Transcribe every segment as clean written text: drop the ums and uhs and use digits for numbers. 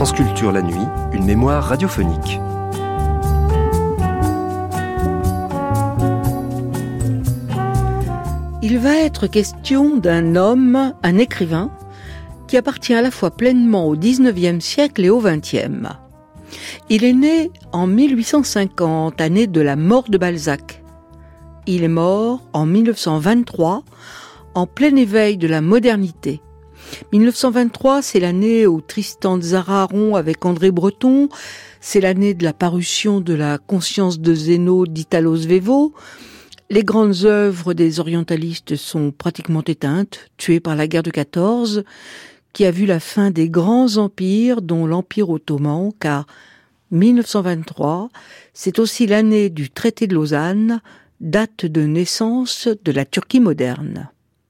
France Culture la nuit, une mémoire radiophonique. Il va être question d'un homme, un écrivain, qui appartient à la fois pleinement au XIXe siècle et au XXe. Il est né en 1850, année de la mort de Balzac. Il est mort en 1923, en plein éveil de la modernité. 1923, c'est l'année où Tristan Tzara rompt avec André Breton, c'est l'année de la parution de la Conscience de Zéno d'Italo Svevo. Les grandes œuvres des orientalistes sont pratiquement éteintes, tuées par la guerre de 14, qui a vu la fin des grands empires, dont l'Empire ottoman, car 1923, c'est aussi l'année du traité de Lausanne, date de naissance de la Turquie moderne.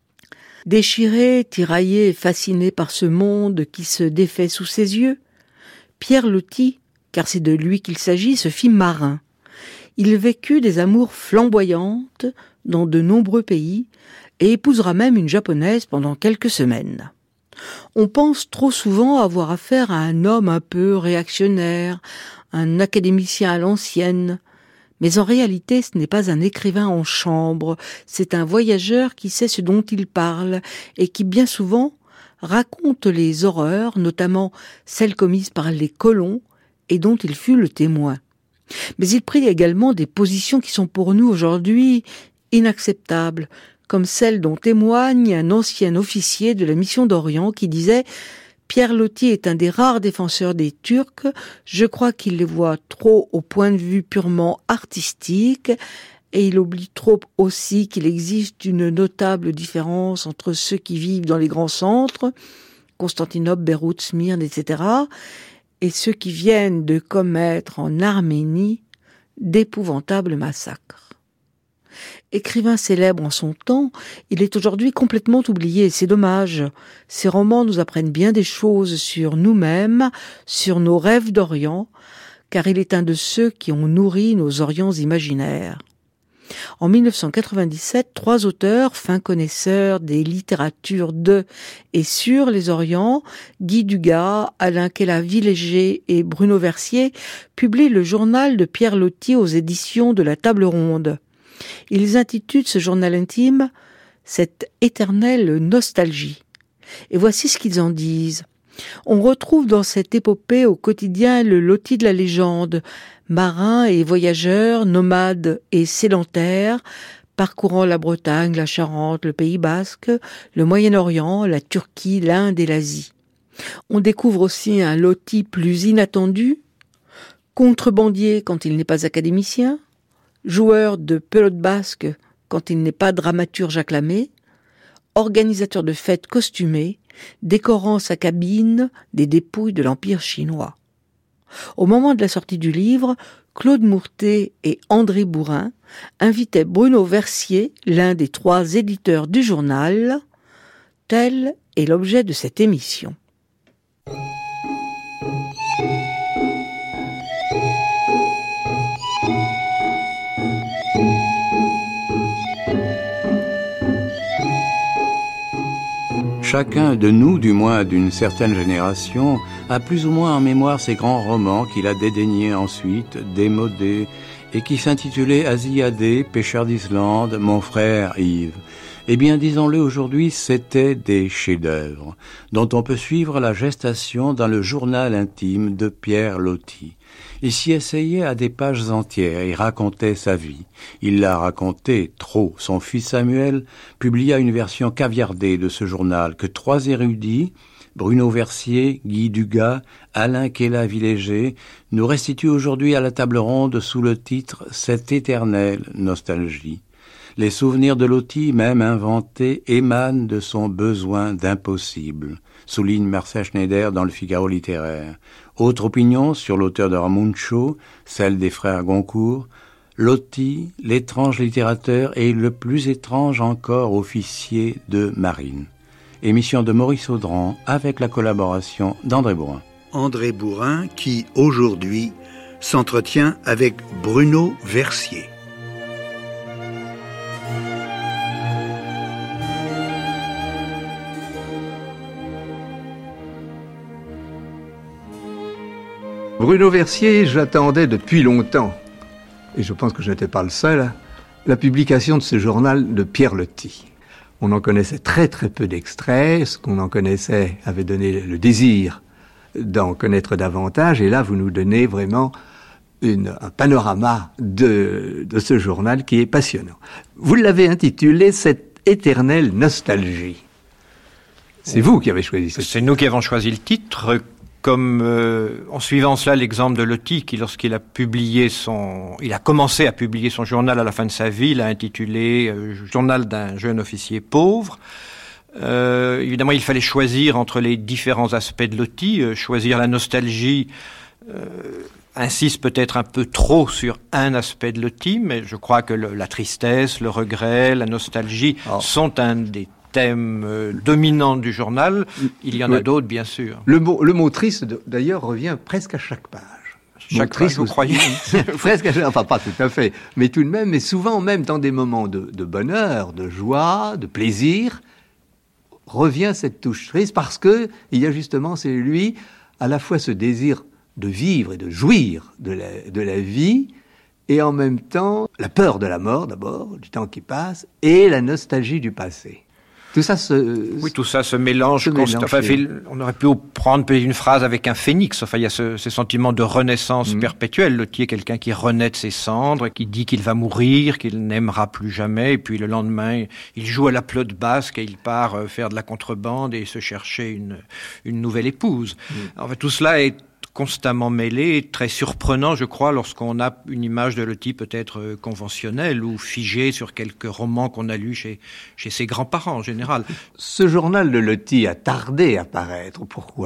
Déchiré, tiraillé et fasciné par ce monde qui se défait sous ses yeux, Pierre Loti, car c'est de lui qu'il s'agit, se fit marin. Il vécut des amours flamboyantes dans de nombreux pays et épousera même une japonaise pendant quelques semaines. On pense trop souvent avoir affaire à un homme un peu réactionnaire, un académicien à l'ancienne. Mais en réalité, ce n'est pas un écrivain en chambre, c'est un voyageur qui sait ce dont il parle et qui bien souvent raconte les horreurs, notamment celles commises par les colons et dont il fut le témoin. Mais il prit également des positions qui sont pour nous aujourd'hui inacceptables, comme celle dont témoigne un ancien officier de la mission d'Orient qui disait « Pierre Loti est un des rares défenseurs des Turcs, je crois qu'il les voit trop au point de vue purement artistique et il oublie trop aussi qu'il existe une notable différence entre ceux qui vivent dans les grands centres, Constantinople, Beyrouth, Smyrne, etc., et ceux qui viennent de commettre en Arménie d'épouvantables massacres. » Écrivain célèbre en son temps, il est aujourd'hui complètement oublié, c'est dommage. Ses romans nous apprennent bien des choses sur nous-mêmes, sur nos rêves d'Orient, car il est un de ceux qui ont nourri nos Orients imaginaires. En 1997, 3 auteurs, fins connaisseurs des littératures de et sur les Orients, Guy Dugas, Alain Kella-Villéger et Bruno Versier, publient le journal de Pierre Loti aux éditions de la Table Ronde. Ils intitulent ce journal intime « Cette éternelle nostalgie ». Et voici ce qu'ils en disent. On retrouve dans cette épopée au quotidien le Loti de la légende, marin et voyageur, nomade et sédentaire, parcourant la Bretagne, la Charente, le Pays Basque, le Moyen-Orient, la Turquie, l'Inde et l'Asie. On découvre aussi un Loti plus inattendu, contrebandier quand il n'est pas académicien, joueur de pelote basque quand il n'est pas dramaturge acclamé, organisateur de fêtes costumées, décorant sa cabine des dépouilles de l'Empire chinois. Au moment de la sortie du livre, Claude Mourtet et André Bourrin invitaient Bruno Versier, l'un des 3 éditeurs du journal. Tel est l'objet de cette émission. Chacun de nous, du moins d'une certaine génération, a plus ou moins en mémoire ces grands romans qu'il a dédaignés ensuite, démodés, et qui s'intitulaient Asiadé, Pêcheur d'Islande, Mon frère Yves. Eh bien, disons-le aujourd'hui, c'étaient des chefs-d'œuvre, dont on peut suivre la gestation dans le journal intime de Pierre Loti. Il s'y essayait à des pages entières, il racontait sa vie. Il l'a raconté trop. Son fils Samuel publia une version caviardée de ce journal que 3 érudits, Bruno Versier, Guy Dugas, Alain Kella-Villéger, nous restituent aujourd'hui à la table ronde sous le titre « Cette éternelle nostalgie ». Les souvenirs de Loti, même inventés, émanent de son besoin d'impossible, souligne Marcel Schneider dans le Figaro littéraire. Autre opinion sur l'auteur de Ramuncho, celle des frères Goncourt, Loti, l'étrange littérateur et le plus étrange encore officier de marine. Émission de Maurice Audran avec la collaboration d'André Bourrin. André Bourrin qui, aujourd'hui, s'entretient avec Bruno Versier. Bruno Versier, j'attendais depuis longtemps, et je pense que je n'étais pas le seul, la publication de ce journal de Pierre Loti. On en connaissait très très peu d'extraits, ce qu'on en connaissait avait donné le désir d'en connaître davantage, et là vous nous donnez vraiment un panorama de ce journal qui est passionnant. Vous l'avez intitulé « Cette éternelle nostalgie ». C'est vous qui avez choisi ce titre. C'est nous qui avons choisi le titre, comme en suivant cela l'exemple de Loti, qui lorsqu'il a commencé à publier son journal à la fin de sa vie, l'a intitulé Journal d'un jeune officier pauvre. Évidemment, il fallait choisir entre les différents aspects de Loti. Choisir la nostalgie insiste peut-être un peu trop sur un aspect de Loti, mais je crois que la tristesse, le regret, la nostalgie sont un des thèmes dominants du journal. Il y en a d'autres, bien sûr. Le mot triste, d'ailleurs, revient presque à chaque page. Chaque page, vous croyez? Presque à chaque, enfin pas tout à fait, mais tout de même, mais souvent même dans des moments de bonheur, de joie, de plaisir, revient cette touche triste parce que il y a justement, c'est lui, à la fois ce désir de vivre et de jouir de la vie, et en même temps la peur de la mort d'abord, du temps qui passe, et la nostalgie du passé. Tout ça se mélange. Enfin, on aurait pu prendre peut-être une phrase avec un phénix. Enfin, il y a ce sentiment de renaissance perpétuelle. Loti est quelqu'un qui renaît de ses cendres, qui dit qu'il va mourir, qu'il n'aimera plus jamais. Et puis le lendemain, il joue à la pelote basque et il part faire de la contrebande et se chercher une nouvelle épouse. Enfin, tout cela est constamment mêlé, très surprenant, je crois, lorsqu'on a une image de Loti peut-être conventionnelle ou figée sur quelques romans qu'on a lus chez ses grands-parents en général. Ce journal de Loti a tardé à paraître. Pourquoi ?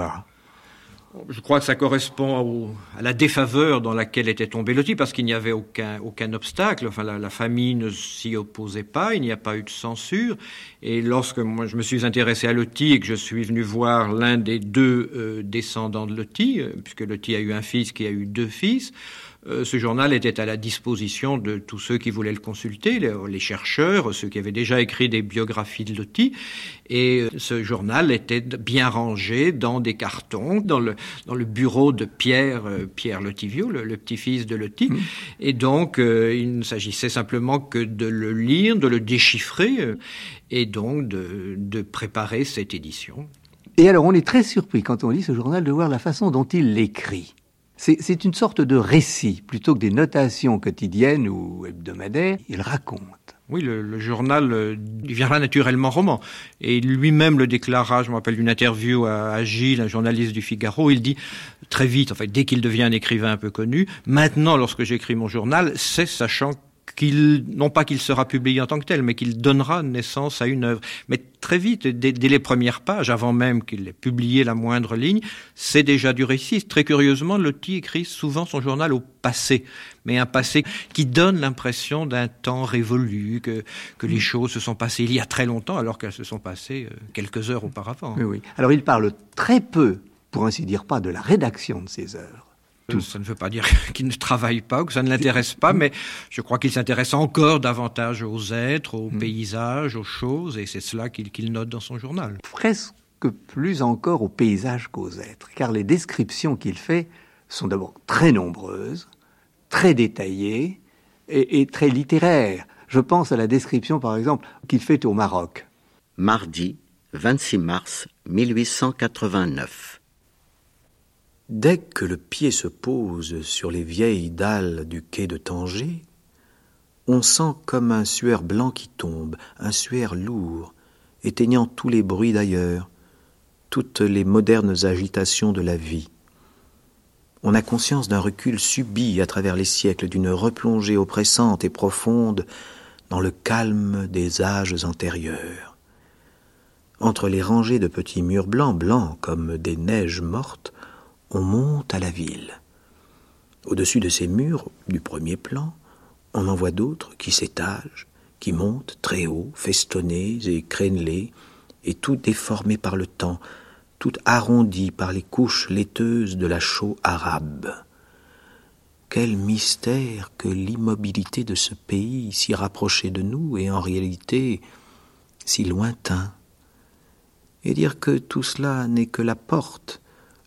Je crois que ça correspond à la défaveur dans laquelle était tombé Loti, parce qu'il n'y avait aucun obstacle. Enfin, la famille ne s'y opposait pas, il n'y a pas eu de censure. Et lorsque moi je me suis intéressé à Loti et que je suis venu voir l'un des deux descendants de Loti, puisque Loti a eu un fils qui a eu deux fils, ce journal était à la disposition de tous ceux qui voulaient le consulter, les chercheurs, ceux qui avaient déjà écrit des biographies de Loti. Et ce journal était bien rangé dans des cartons, dans le bureau de Pierre Lotivio, le petit-fils de Loti. Et donc, il ne s'agissait simplement que de le lire, de le déchiffrer, et donc de préparer cette édition. Et alors, on est très surpris quand on lit ce journal de voir la façon dont il l'écrit. C'est une sorte de récit, plutôt que des notations quotidiennes ou hebdomadaires. Il raconte. Oui, le journal deviendra naturellement roman. Et lui-même le déclara, je me rappelle d'une interview à Gilles, un journaliste du Figaro, il dit très vite, en fait, dès qu'il devient un écrivain un peu connu, maintenant, lorsque j'écris mon journal, c'est sachant non pas qu'il sera publié en tant que tel, mais qu'il donnera naissance à une œuvre. Mais très vite, dès les premières pages, avant même qu'il ait publié la moindre ligne, c'est déjà du récit. Très curieusement, Loti écrit souvent son journal au passé, mais un passé qui donne l'impression d'un temps révolu, que les choses se sont passées il y a très longtemps, alors qu'elles se sont passées quelques heures auparavant. Oui. Alors il parle très peu, pour ainsi dire pas, de la rédaction de ses œuvres. Ça ne veut pas dire qu'il ne travaille pas ou que ça ne l'intéresse pas, mais je crois qu'il s'intéresse encore davantage aux êtres, aux paysages, aux choses, et c'est cela qu'il note dans son journal. Presque plus encore aux paysages qu'aux êtres, car les descriptions qu'il fait sont d'abord très nombreuses, très détaillées et très littéraires. Je pense à la description, par exemple, qu'il fait au Maroc. Mardi, 26 mars 1889. Dès que le pied se pose sur les vieilles dalles du quai de Tanger, on sent comme un suaire blanc qui tombe, un suaire lourd, éteignant tous les bruits d'ailleurs, toutes les modernes agitations de la vie. On a conscience d'un recul subi à travers les siècles, d'une replongée oppressante et profonde dans le calme des âges antérieurs. Entre les rangées de petits murs blancs comme des neiges mortes, on monte à la ville. Au-dessus de ces murs, du premier plan, on en voit d'autres qui s'étagent, qui montent très haut, festonnés et crénelés, et tout déformés par le temps, tout arrondis par les couches laiteuses de la chaux arabe. Quel mystère que l'immobilité de ce pays si rapproché de nous et en réalité si lointain. Et dire que tout cela n'est que la porte,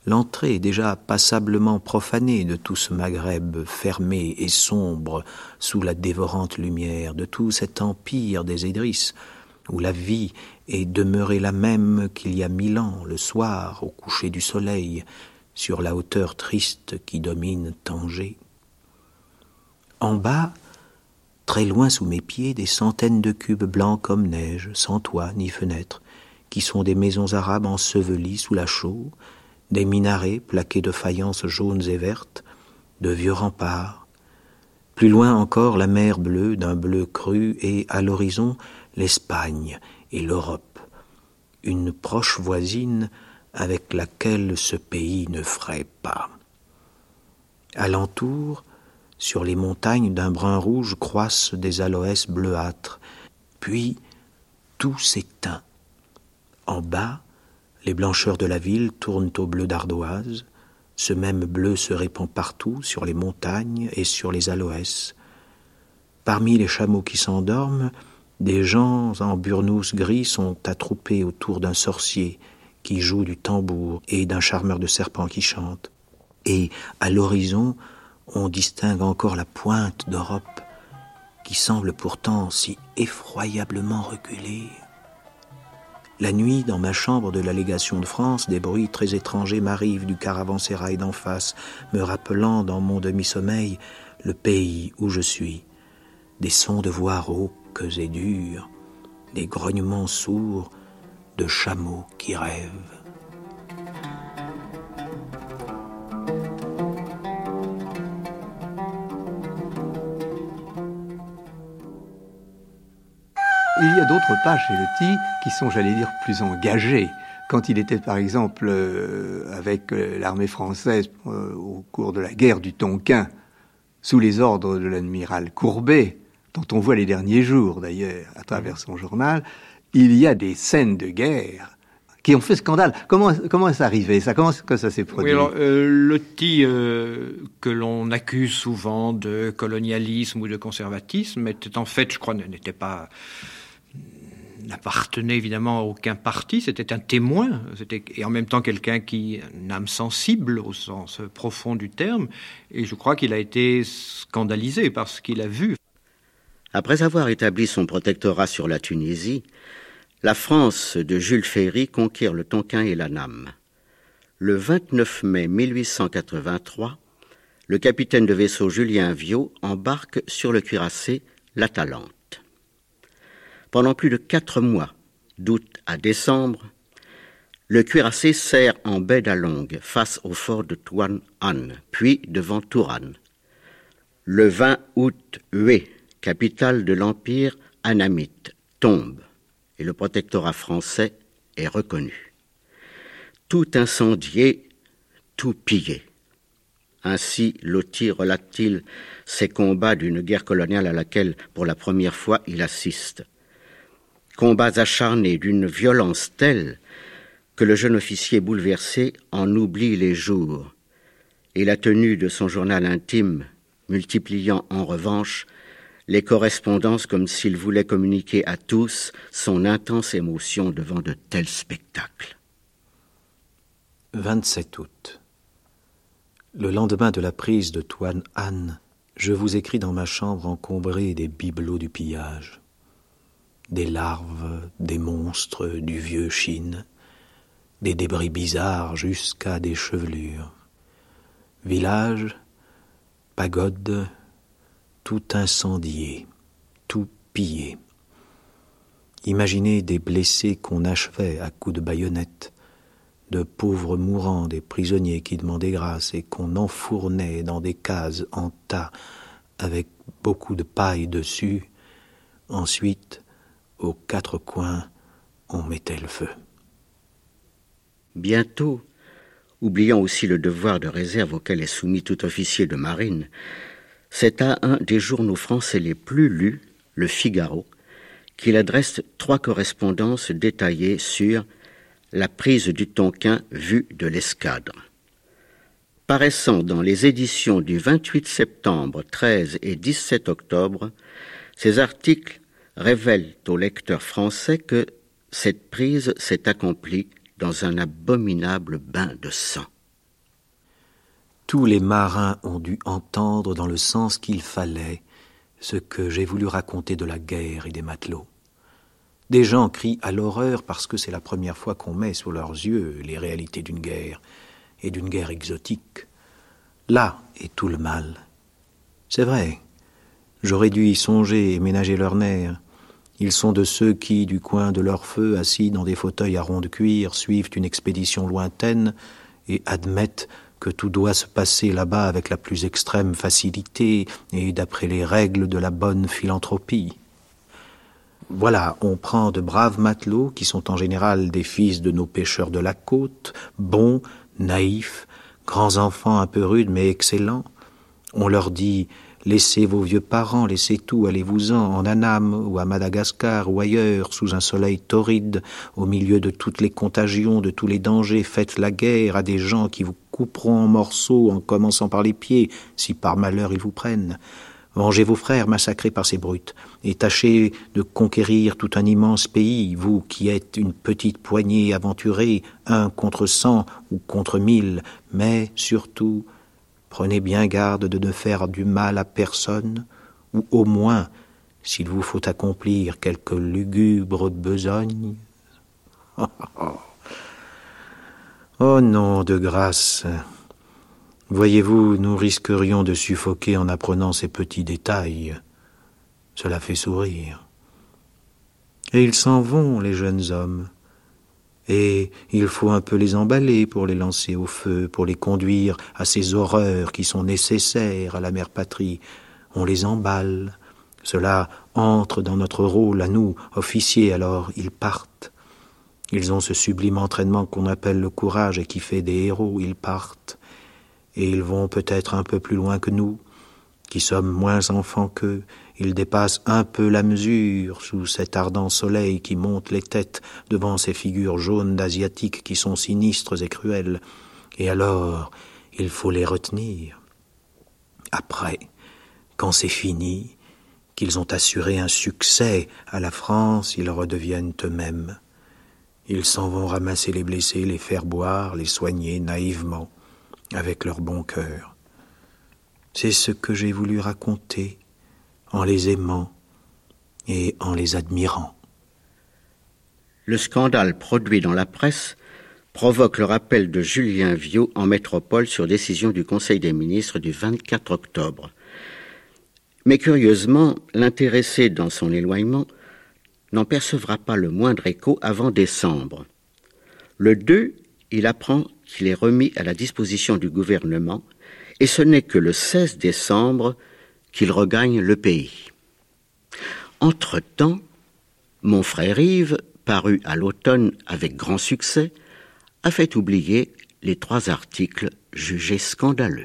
L'entrée déjà passablement profanée de tout ce Maghreb fermé et sombre sous la dévorante lumière, de tout cet empire des Idriss, où la vie est demeurée la même qu'il y a 1000 ans, le soir, au coucher du soleil, sur la hauteur triste qui domine Tanger. En bas, très loin sous mes pieds, des centaines de cubes blancs comme neige, sans toit ni fenêtre, qui sont des maisons arabes ensevelies sous la chaux, des minarets plaqués de faïences jaunes et vertes, de vieux remparts. Plus loin encore, la mer bleue d'un bleu cru et, à l'horizon, l'Espagne et l'Europe, une proche voisine avec laquelle ce pays ne ferait pas. Alentour, sur les montagnes d'un brun rouge croissent des aloès bleuâtres, puis tout s'éteint. En bas, les blancheurs de la ville tournent au bleu d'ardoise, ce même bleu se répand partout, sur les montagnes et sur les aloès. Parmi les chameaux qui s'endorment, des gens en burnous gris sont attroupés autour d'un sorcier qui joue du tambour et d'un charmeur de serpents qui chante. Et à l'horizon, on distingue encore la pointe d'Europe qui semble pourtant si effroyablement reculée. La nuit, dans ma chambre de la légation de France, des bruits très étrangers m'arrivent du caravansérail d'en face, me rappelant dans mon demi-sommeil le pays où je suis. Des sons de voix rauques et durs, des grognements sourds de chameaux qui rêvent. Il y a d'autres pages chez Loti qui sont, j'allais dire, plus engagées. Quand il était, par exemple, avec l'armée française au cours de la guerre du Tonkin, sous les ordres de l'amiral Courbet, dont on voit les derniers jours, d'ailleurs, à travers son journal, il y a des scènes de guerre qui ont fait scandale. Comment ça arrivait ça? Comment que ça s'est produit? Oui, alors, Loti, que l'on accuse souvent de colonialisme ou de conservatisme, était en fait, je crois, n'appartenait évidemment à aucun parti, c'était un témoin, et en même temps quelqu'un qui a une âme sensible au sens profond du terme, et je crois qu'il a été scandalisé par ce qu'il a vu. Après avoir établi son protectorat sur la Tunisie, la France de Jules Ferry conquiert le Tonkin et l'Annam. Le 29 mai 1883, le capitaine de vaisseau Julien Viaud embarque sur le cuirassé l'Atalante. Pendant plus de 4 mois, d'août à décembre, le cuirassé sert en baie d'Along, face au fort de Tuan Han, puis devant Turan. Le 20 août, Hué, capitale de l'empire annamite, tombe, et le protectorat français est reconnu. Tout incendié, tout pillé. Ainsi, Loti relate-t-il ses combats d'une guerre coloniale à laquelle, pour la première fois, il assiste. Combats acharnés d'une violence telle que le jeune officier bouleversé en oublie les jours, et la tenue de son journal intime, multipliant en revanche les correspondances comme s'il voulait communiquer à tous son intense émotion devant de tels spectacles. 27 août. Le lendemain de la prise de Tuan Han, je vous écris dans ma chambre encombrée des bibelots du pillage. Des larves, des monstres du vieux Chine, des débris bizarres jusqu'à des chevelures. Village, pagode, tout incendié, tout pillé. Imaginez des blessés qu'on achevait à coups de baïonnette, de pauvres mourants, des prisonniers qui demandaient grâce et qu'on enfournait dans des cases en tas avec beaucoup de paille dessus. Ensuite, aux 4 coins, on mettait le feu. Bientôt, oubliant aussi le devoir de réserve auquel est soumis tout officier de marine, c'est à un des journaux français les plus lus, Le Figaro, qu'il adresse 3 correspondances détaillées sur la prise du Tonkin vue de l'escadre. Paraissant dans les éditions du 28 septembre, 13 et 17 octobre, ces articles révèle aux lecteurs français que cette prise s'est accomplie dans un abominable bain de sang. Tous les marins ont dû entendre dans le sens qu'il fallait ce que j'ai voulu raconter de la guerre et des matelots. Des gens crient à l'horreur parce que c'est la première fois qu'on met sous leurs yeux les réalités d'une guerre, et d'une guerre exotique. Là est tout le mal. C'est vrai, j'aurais dû y songer et ménager leurs nerfs. Ils sont de ceux qui, du coin de leur feu, assis dans des fauteuils à rond de cuir, suivent une expédition lointaine et admettent que tout doit se passer là-bas avec la plus extrême facilité et d'après les règles de la bonne philanthropie. Voilà, on prend de braves matelots qui sont en général des fils de nos pêcheurs de la côte, bons, naïfs, grands enfants un peu rudes mais excellents. On leur dit « Laissez vos vieux parents, laissez tout, allez-vous-en en Annam ou à Madagascar ou ailleurs, sous un soleil torride, au milieu de toutes les contagions, de tous les dangers, faites la guerre à des gens qui vous couperont en morceaux en commençant par les pieds, si par malheur ils vous prennent. Vengez vos frères massacrés par ces brutes, et tâchez de conquérir tout un immense pays, vous qui êtes une petite poignée aventurée, 1 contre 100 ou contre 1000, mais surtout, prenez bien garde de ne faire du mal à personne, ou au moins, s'il vous faut accomplir quelque lugubre besogne. Oh non, de grâce. Voyez-vous, nous risquerions de suffoquer en apprenant ces petits détails. Cela fait sourire. Et ils s'en vont, les jeunes hommes. Et il faut un peu les emballer pour les lancer au feu, pour les conduire à ces horreurs qui sont nécessaires à la mère patrie. On les emballe. Cela entre dans notre rôle à nous, officiers, alors ils partent. Ils ont ce sublime entraînement qu'on appelle le courage et qui fait des héros, ils partent. Et ils vont peut-être un peu plus loin que nous, qui sommes moins enfants qu'eux. Ils dépassent un peu la mesure sous cet ardent soleil qui monte les têtes devant ces figures jaunes d'asiatiques qui sont sinistres et cruelles. Et alors, il faut les retenir. Après, quand c'est fini, qu'ils ont assuré un succès à la France, ils redeviennent eux-mêmes. Ils s'en vont ramasser les blessés, les faire boire, les soigner naïvement, avec leur bon cœur. C'est ce que j'ai voulu raconter, en les aimant et en les admirant. Le scandale produit dans la presse provoque le rappel de Julien Viaud en métropole sur décision du Conseil des ministres du 24 octobre. Mais curieusement, l'intéressé dans son éloignement n'en percevra pas le moindre écho avant décembre. Le 2, il apprend qu'il est remis à la disposition du gouvernement et ce n'est que le 16 décembre qu'il regagne le pays. Entre-temps, Mon frère Yves, paru à l'automne avec grand succès, a fait oublier les 3 articles jugés scandaleux.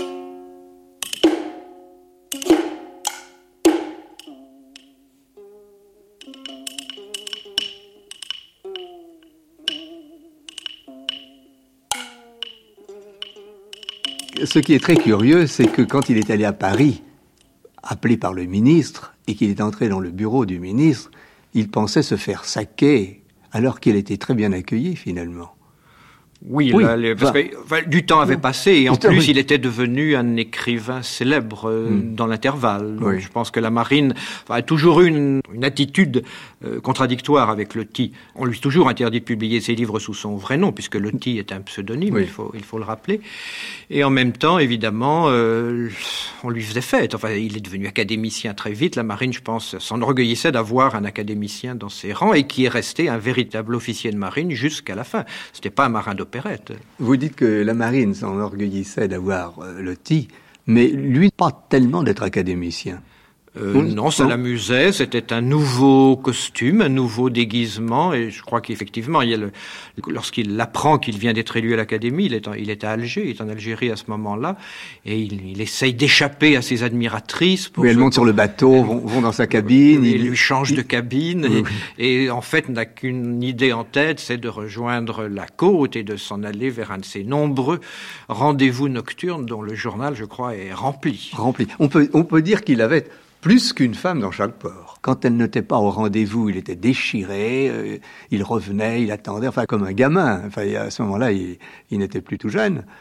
Ce qui est très curieux, c'est que quand il est allé à Paris, appelé par le ministre, et qu'il est entré dans le bureau du ministre, il pensait se faire saquer, alors qu'il était très bien accueilli finalement. Oui, là, parce que du temps avait passé et en plus il était devenu un écrivain célèbre dans l'intervalle. Donc, je pense que la marine a toujours eu une attitude contradictoire avec Loti. On lui a toujours interdit de publier ses livres sous son vrai nom puisque Loti est un pseudonyme, il faut le rappeler. Et en même temps, évidemment, on lui faisait fête. Enfin, il est devenu académicien très vite. La marine, je pense, s'enorgueillissait d'avoir un académicien dans ses rangs et qui est resté un véritable officier de marine jusqu'à la fin. C'était pas un marin d'opérette. Vous dites que la marine s'enorgueillissait d'avoir Loti, mais lui, pas tellement d'être académicien. Non, ça l'amusait, c'était un nouveau costume, un nouveau déguisement, et je crois qu'effectivement, lorsqu'il apprend qu'il vient d'être élu à l'Académie, il est à Alger, il est en Algérie à ce moment-là, et il essaye d'échapper à ses admiratrices. Elles montent sur le bateau, vont dans sa cabine. Il lui change de cabine, et en fait n'a qu'une idée en tête, c'est de rejoindre la côte et de s'en aller vers un de ces nombreux rendez-vous nocturnes dont le journal, je crois, est rempli. On peut dire qu'il avait plus qu'une femme dans chaque port. Quand elle n'était pas au rendez-vous, il était déchiré, il revenait, il attendait, enfin comme un gamin. Enfin, à ce moment-là, il n'était plus tout jeune.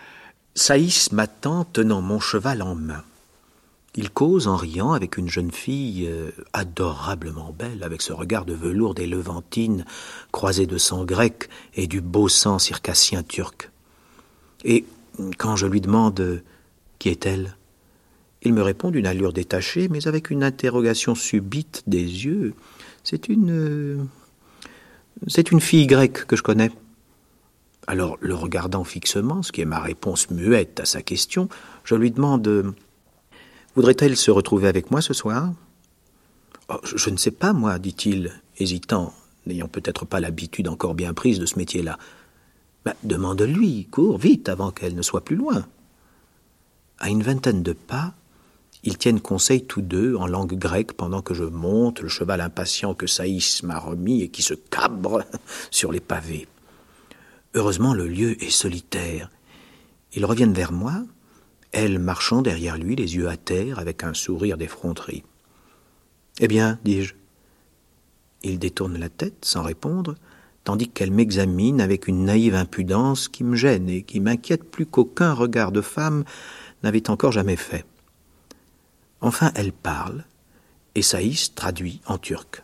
Saïs m'attend tenant mon cheval en main. Il cause en riant avec une jeune fille adorablement belle, avec ce regard de velours des Levantines, croisé de sang grec et du beau sang circassien turc. Et quand je lui demande qui est-elle, il me répond d'une allure détachée, mais avec une interrogation subite des yeux. C'est une fille grecque que je connais. Alors, le regardant fixement, ce qui est ma réponse muette à sa question, je lui demande « Voudrait-elle se retrouver avec moi ce soir ?»« Oh, je ne sais pas, moi, dit-il, hésitant, n'ayant peut-être pas l'habitude encore bien prise de ce métier-là. Ben, demande-lui, cours vite, avant qu'elle ne soit plus loin. » À une vingtaine de pas, ils tiennent conseil tous deux en langue grecque pendant que je monte le cheval impatient que Saïs m'a remis et qui se cabre sur les pavés. Heureusement, le lieu est solitaire. Ils reviennent vers moi, elle marchant derrière lui, les yeux à terre, avec un sourire d'effronterie. « Eh bien, dis-je. » Il détourne la tête sans répondre, tandis qu'elle m'examine avec une naïve impudence qui me gêne et qui m'inquiète plus qu'aucun regard de femme n'avait encore jamais fait. Enfin, elle parle, et Saïs traduit en turc.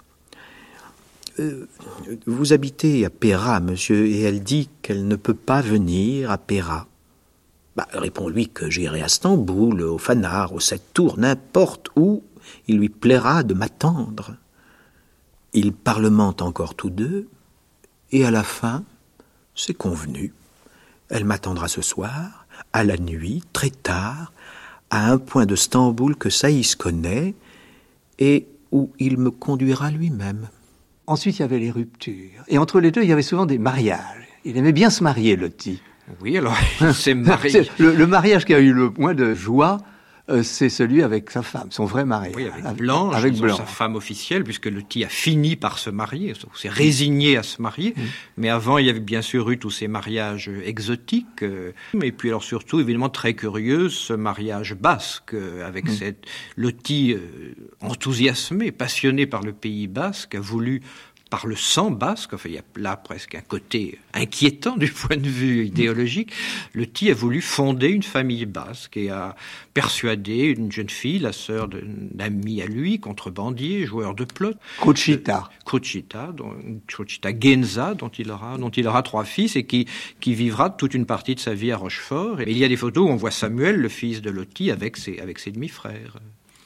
« Vous habitez à Péra, monsieur, et elle dit qu'elle ne peut pas venir à Péra. » Réponds-lui que j'irai à Stamboul, au Phanar, aux 7 tours, n'importe où, il lui plaira de m'attendre. Ils parlementent encore tous deux, et à la fin, c'est convenu. Elle m'attendra ce soir, à la nuit, très tard, à un point de Stamboul que Saïs connaît, et où il me conduira lui-même. Ensuite, il y avait les ruptures. Et entre les deux, il y avait souvent des mariages. Il aimait bien se marier, Loti. Oui, alors, il s'est marié. Le mariage qui a eu le moins de joie, c'est celui avec sa femme, son vrai mari. Oui, avec Blanche, sa femme officielle, puisque Loti a fini par se marier, s'est résigné à se marier. Mais avant, il y avait bien sûr eu tous ces mariages exotiques. Et puis alors surtout, évidemment, très curieux, ce mariage basque, avec cette Loti enthousiasmée, passionnée par le Pays basque, a voulu... par le sang basque, enfin, il y a là presque un côté inquiétant du point de vue idéologique, Loti a voulu fonder une famille basque et a persuadé une jeune fille, la sœur d'un ami à lui, contrebandier, joueur de plot. Crucita Genza, dont il aura 3 fils et qui vivra toute une partie de sa vie à Rochefort. Et il y a des photos où on voit Samuel, le fils de Loti, avec ses demi-frères.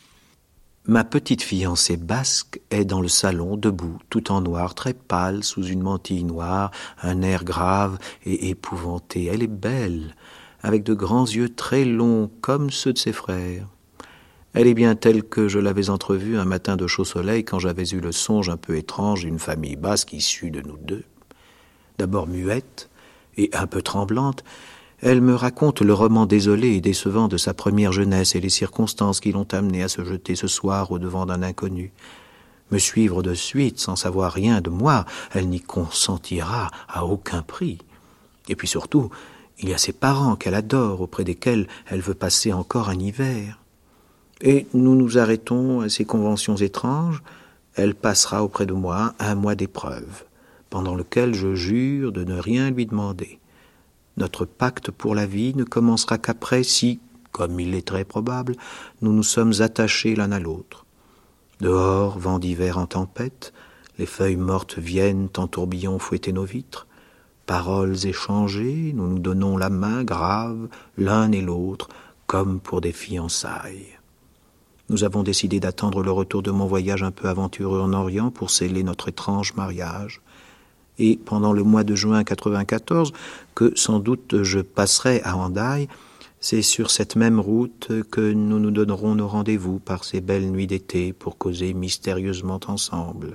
Ma petite fiancée basque est dans le salon, debout, tout en noir, très pâle, sous une mantille noire, un air grave et épouvanté. Elle est belle, avec de grands yeux très longs, comme ceux de ses frères. Elle est bien telle que je l'avais entrevue un matin de chaud soleil, quand j'avais eu le songe un peu étrange d'une famille basque issue de nous deux. D'abord muette et un peu tremblante, elle me raconte le roman désolé et décevant de sa première jeunesse et les circonstances qui l'ont amenée à se jeter ce soir au-devant d'un inconnu. Me suivre de suite sans savoir rien de moi, elle n'y consentira à aucun prix. Et puis surtout, il y a ses parents qu'elle adore, auprès desquels elle veut passer encore un hiver. Et nous nous arrêtons à ces conventions étranges. Elle passera auprès de moi 1 mois d'épreuve, pendant lequel je jure de ne rien lui demander. Notre pacte pour la vie ne commencera qu'après si, comme il est très probable, nous nous sommes attachés l'un à l'autre. Dehors, vent d'hiver en tempête, les feuilles mortes viennent en tourbillon fouetter nos vitres. Paroles échangées, nous nous donnons la main grave l'un et l'autre, comme pour des fiançailles. Nous avons décidé d'attendre le retour de mon voyage un peu aventureux en Orient pour sceller notre étrange mariage. Et pendant le mois de juin 1994, que sans doute je passerai à Hendaye, c'est sur cette même route que nous nous donnerons nos rendez-vous par ces belles nuits d'été pour causer mystérieusement ensemble.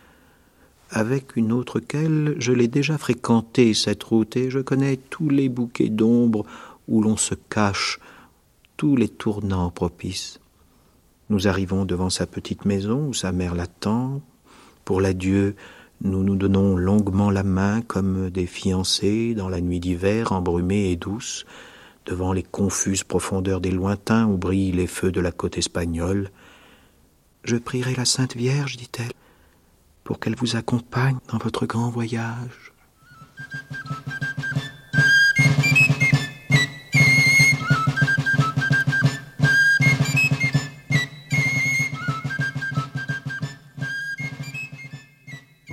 Avec une autre qu'elle, je l'ai déjà fréquentée cette route et je connais tous les bouquets d'ombre où l'on se cache, tous les tournants propices. Nous arrivons devant sa petite maison où sa mère l'attend. Pour l'adieu, nous nous donnons longuement la main comme des fiancés dans la nuit d'hiver embrumée et douce, devant les confuses profondeurs des lointains où brillent les feux de la côte espagnole. « Je prierai la Sainte Vierge, dit-elle, pour qu'elle vous accompagne dans votre grand voyage. »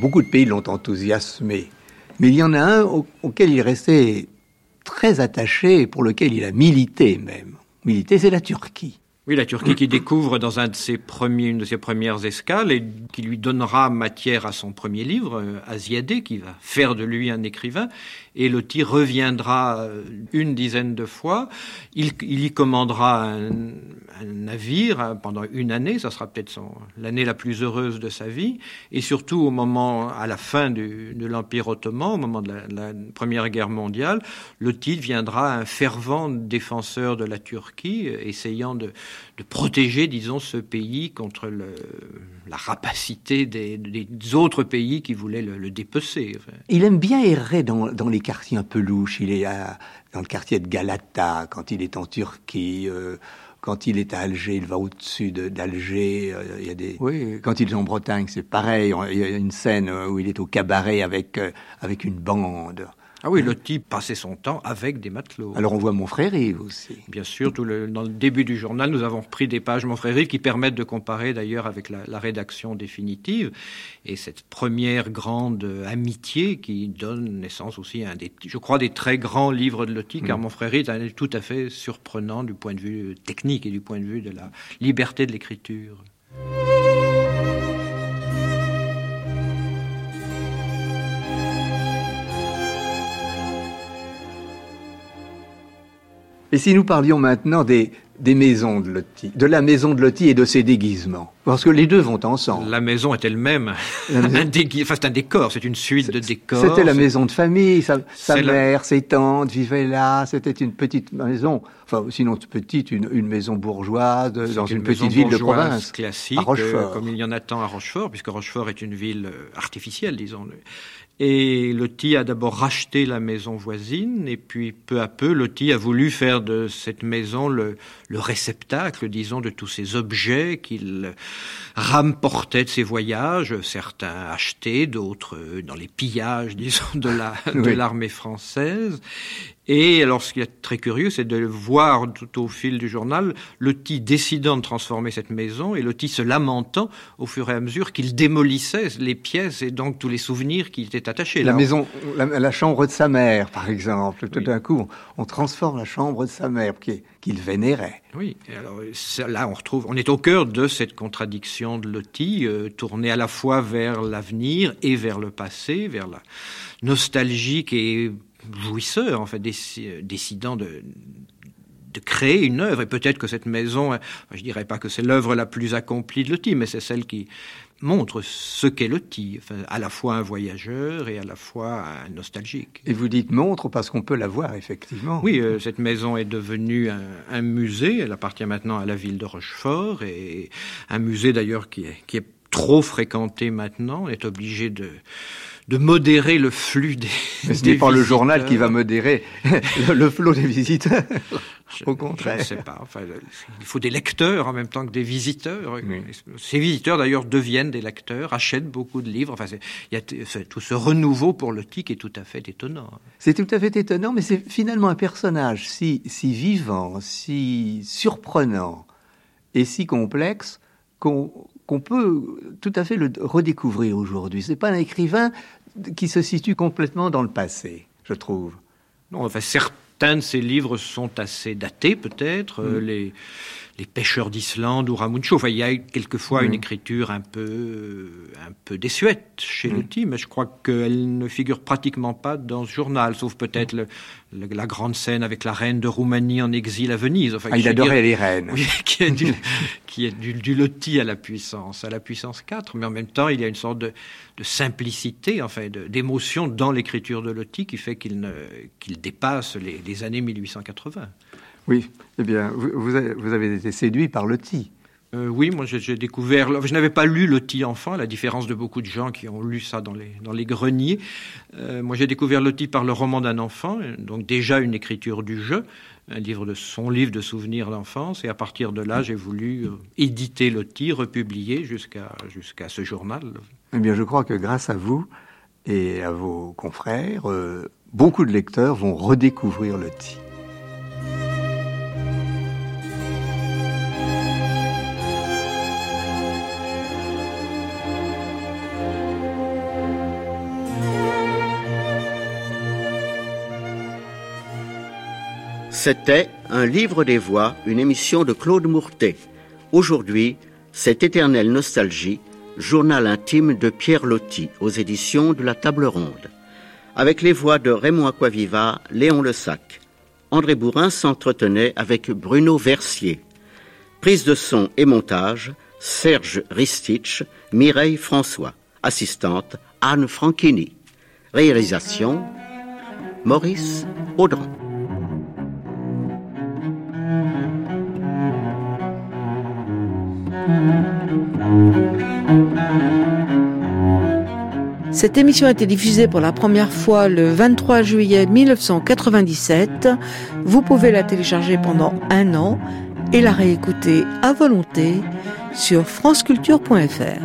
Beaucoup de pays l'ont enthousiasmé. Mais il y en a un auquel il restait très attaché et pour lequel il a milité même. Milité, c'est la Turquie. Oui, la Turquie qui découvre dans une de ses premières escales et qui lui donnera matière à son premier livre, Asiadé, qui va faire de lui un écrivain. Et Loti reviendra une dizaine de fois. Il y commandera un navire pendant une année. Ça sera peut-être l'année la plus heureuse de sa vie. Et surtout à la fin de l'Empire ottoman, au moment de la Première Guerre mondiale, Loti deviendra un fervent défenseur de la Turquie, essayant de protéger, disons, ce pays contre la rapacité des autres pays qui voulaient le dépecer. Enfin. Il aime bien errer dans les quartiers un peu louches. Il est dans le quartier de Galata, quand il est en Turquie. Quand il est à Alger, il va au-dessus d'Alger. Oui, quand il est en Bretagne, c'est pareil. Il y a une scène où il est au cabaret avec une bande. Ah oui, Loti passait son temps avec des matelots. Alors on voit Mon Frère Yves aussi. Bien sûr, dans le début du journal, nous avons repris des pages Mon Frère Yves qui permettent de comparer d'ailleurs avec la rédaction définitive. Et cette première grande amitié qui donne naissance aussi à je crois, des très grands livres de Loti, car Mon Frère Yves est tout à fait surprenant du point de vue technique et du point de vue de la liberté de l'écriture. Et si nous parlions maintenant des maisons de Loti, de la maison de Loti et de ses déguisements, parce que les deux vont ensemble. La maison est elle-même c'est un décor, c'est une suite de décors. C'était la maison de famille, sa mère, ses tantes vivaient là, c'était une petite maison, enfin sinon petite, une maison bourgeoise dans une petite ville de province. Classique, à Rochefort. Comme il y en a tant à Rochefort, puisque Rochefort est une ville artificielle, disons-le. Et Loti a d'abord racheté la maison voisine, et puis peu à peu, Loti a voulu faire de cette maison le réceptacle, disons, de tous ces objets qu'il rapportait de ses voyages, certains achetés, d'autres dans les pillages, disons, de l'armée française. Et alors, ce qui est très curieux, c'est de voir tout au fil du journal Loti décidant de transformer cette maison et Loti se lamentant au fur et à mesure qu'il démolissait les pièces et donc tous les souvenirs qui étaient attachés. La chambre de sa mère, par exemple. Tout d'un coup, on transforme la chambre de sa mère qu'il vénérait. Oui, et alors là, on est au cœur de cette contradiction de Loti, tournée à la fois vers l'avenir et vers le passé, vers la nostalgique et jouisseur, en fait, décidant de créer une œuvre. Et peut-être que cette maison, je dirais pas que c'est l'œuvre la plus accomplie de Loti, mais c'est celle qui montre ce qu'est Loti, enfin, à la fois un voyageur et à la fois un nostalgique. Et vous dites montre parce qu'on peut la voir, effectivement. Oui, cette maison est devenue un musée. Elle appartient maintenant à la ville de Rochefort, et un musée d'ailleurs qui est trop fréquenté maintenant. On est obligé de modérer le flux des Mais ce n'est pas le journal qui va modérer le flot des visiteurs. Au contraire. Je ne sais pas. Enfin, il faut des lecteurs en même temps que des visiteurs. Oui. Ces visiteurs, d'ailleurs, deviennent des lecteurs, achètent beaucoup de livres. Enfin, il y a tout ce renouveau pour Loti qui est tout à fait étonnant. C'est tout à fait étonnant, mais c'est finalement un personnage si vivant, si surprenant et si complexe qu'on peut tout à fait le redécouvrir aujourd'hui. C'est pas un écrivain qui se situe complètement dans le passé, je trouve. Non, enfin, certains de ses livres sont assez datés, peut-être. Les pêcheurs d'Islande ou Ramuncho. Enfin, il y a quelquefois une écriture un peu désuète chez Loti, mais je crois qu'elle ne figure pratiquement pas dans ce journal, sauf peut-être la grande scène avec la reine de Roumanie en exil à Venise. Enfin, il adorait les reines. Oui, qui est du Loti à la puissance 4, mais en même temps, il y a une sorte de simplicité, enfin, d'émotion dans l'écriture de Loti qui fait qu'il dépasse les années 1880. Oui, eh bien, vous avez été séduit par Loti. Oui, moi j'ai découvert... Je n'avais pas lu Loti enfant, à la différence de beaucoup de gens qui ont lu ça dans les greniers. Moi j'ai découvert Loti par le roman d'un enfant, donc déjà une écriture du jeu, son livre de souvenirs d'enfance, et à partir de là j'ai voulu éditer Loti, republier jusqu'à ce journal. Eh bien, je crois que grâce à vous et à vos confrères, beaucoup de lecteurs vont redécouvrir Loti. C'était Un livre des voix, une émission de Claude Mourtet. Aujourd'hui, cette éternelle nostalgie, journal intime de Pierre Loti aux éditions de la Table Ronde. Avec les voix de Raymond Acquaviva, Léon Lessac. André Bourrin s'entretenait avec Bruno Versier. Prise de son et montage, Serge Ristich, Mireille François. Assistante, Anne Franchini. Réalisation, Maurice Audran. Cette émission a été diffusée pour la première fois le 23 juillet 1997. Vous pouvez la télécharger pendant 1 an et la réécouter à volonté sur franceculture.fr.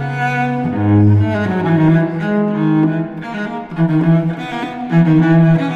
Thank you.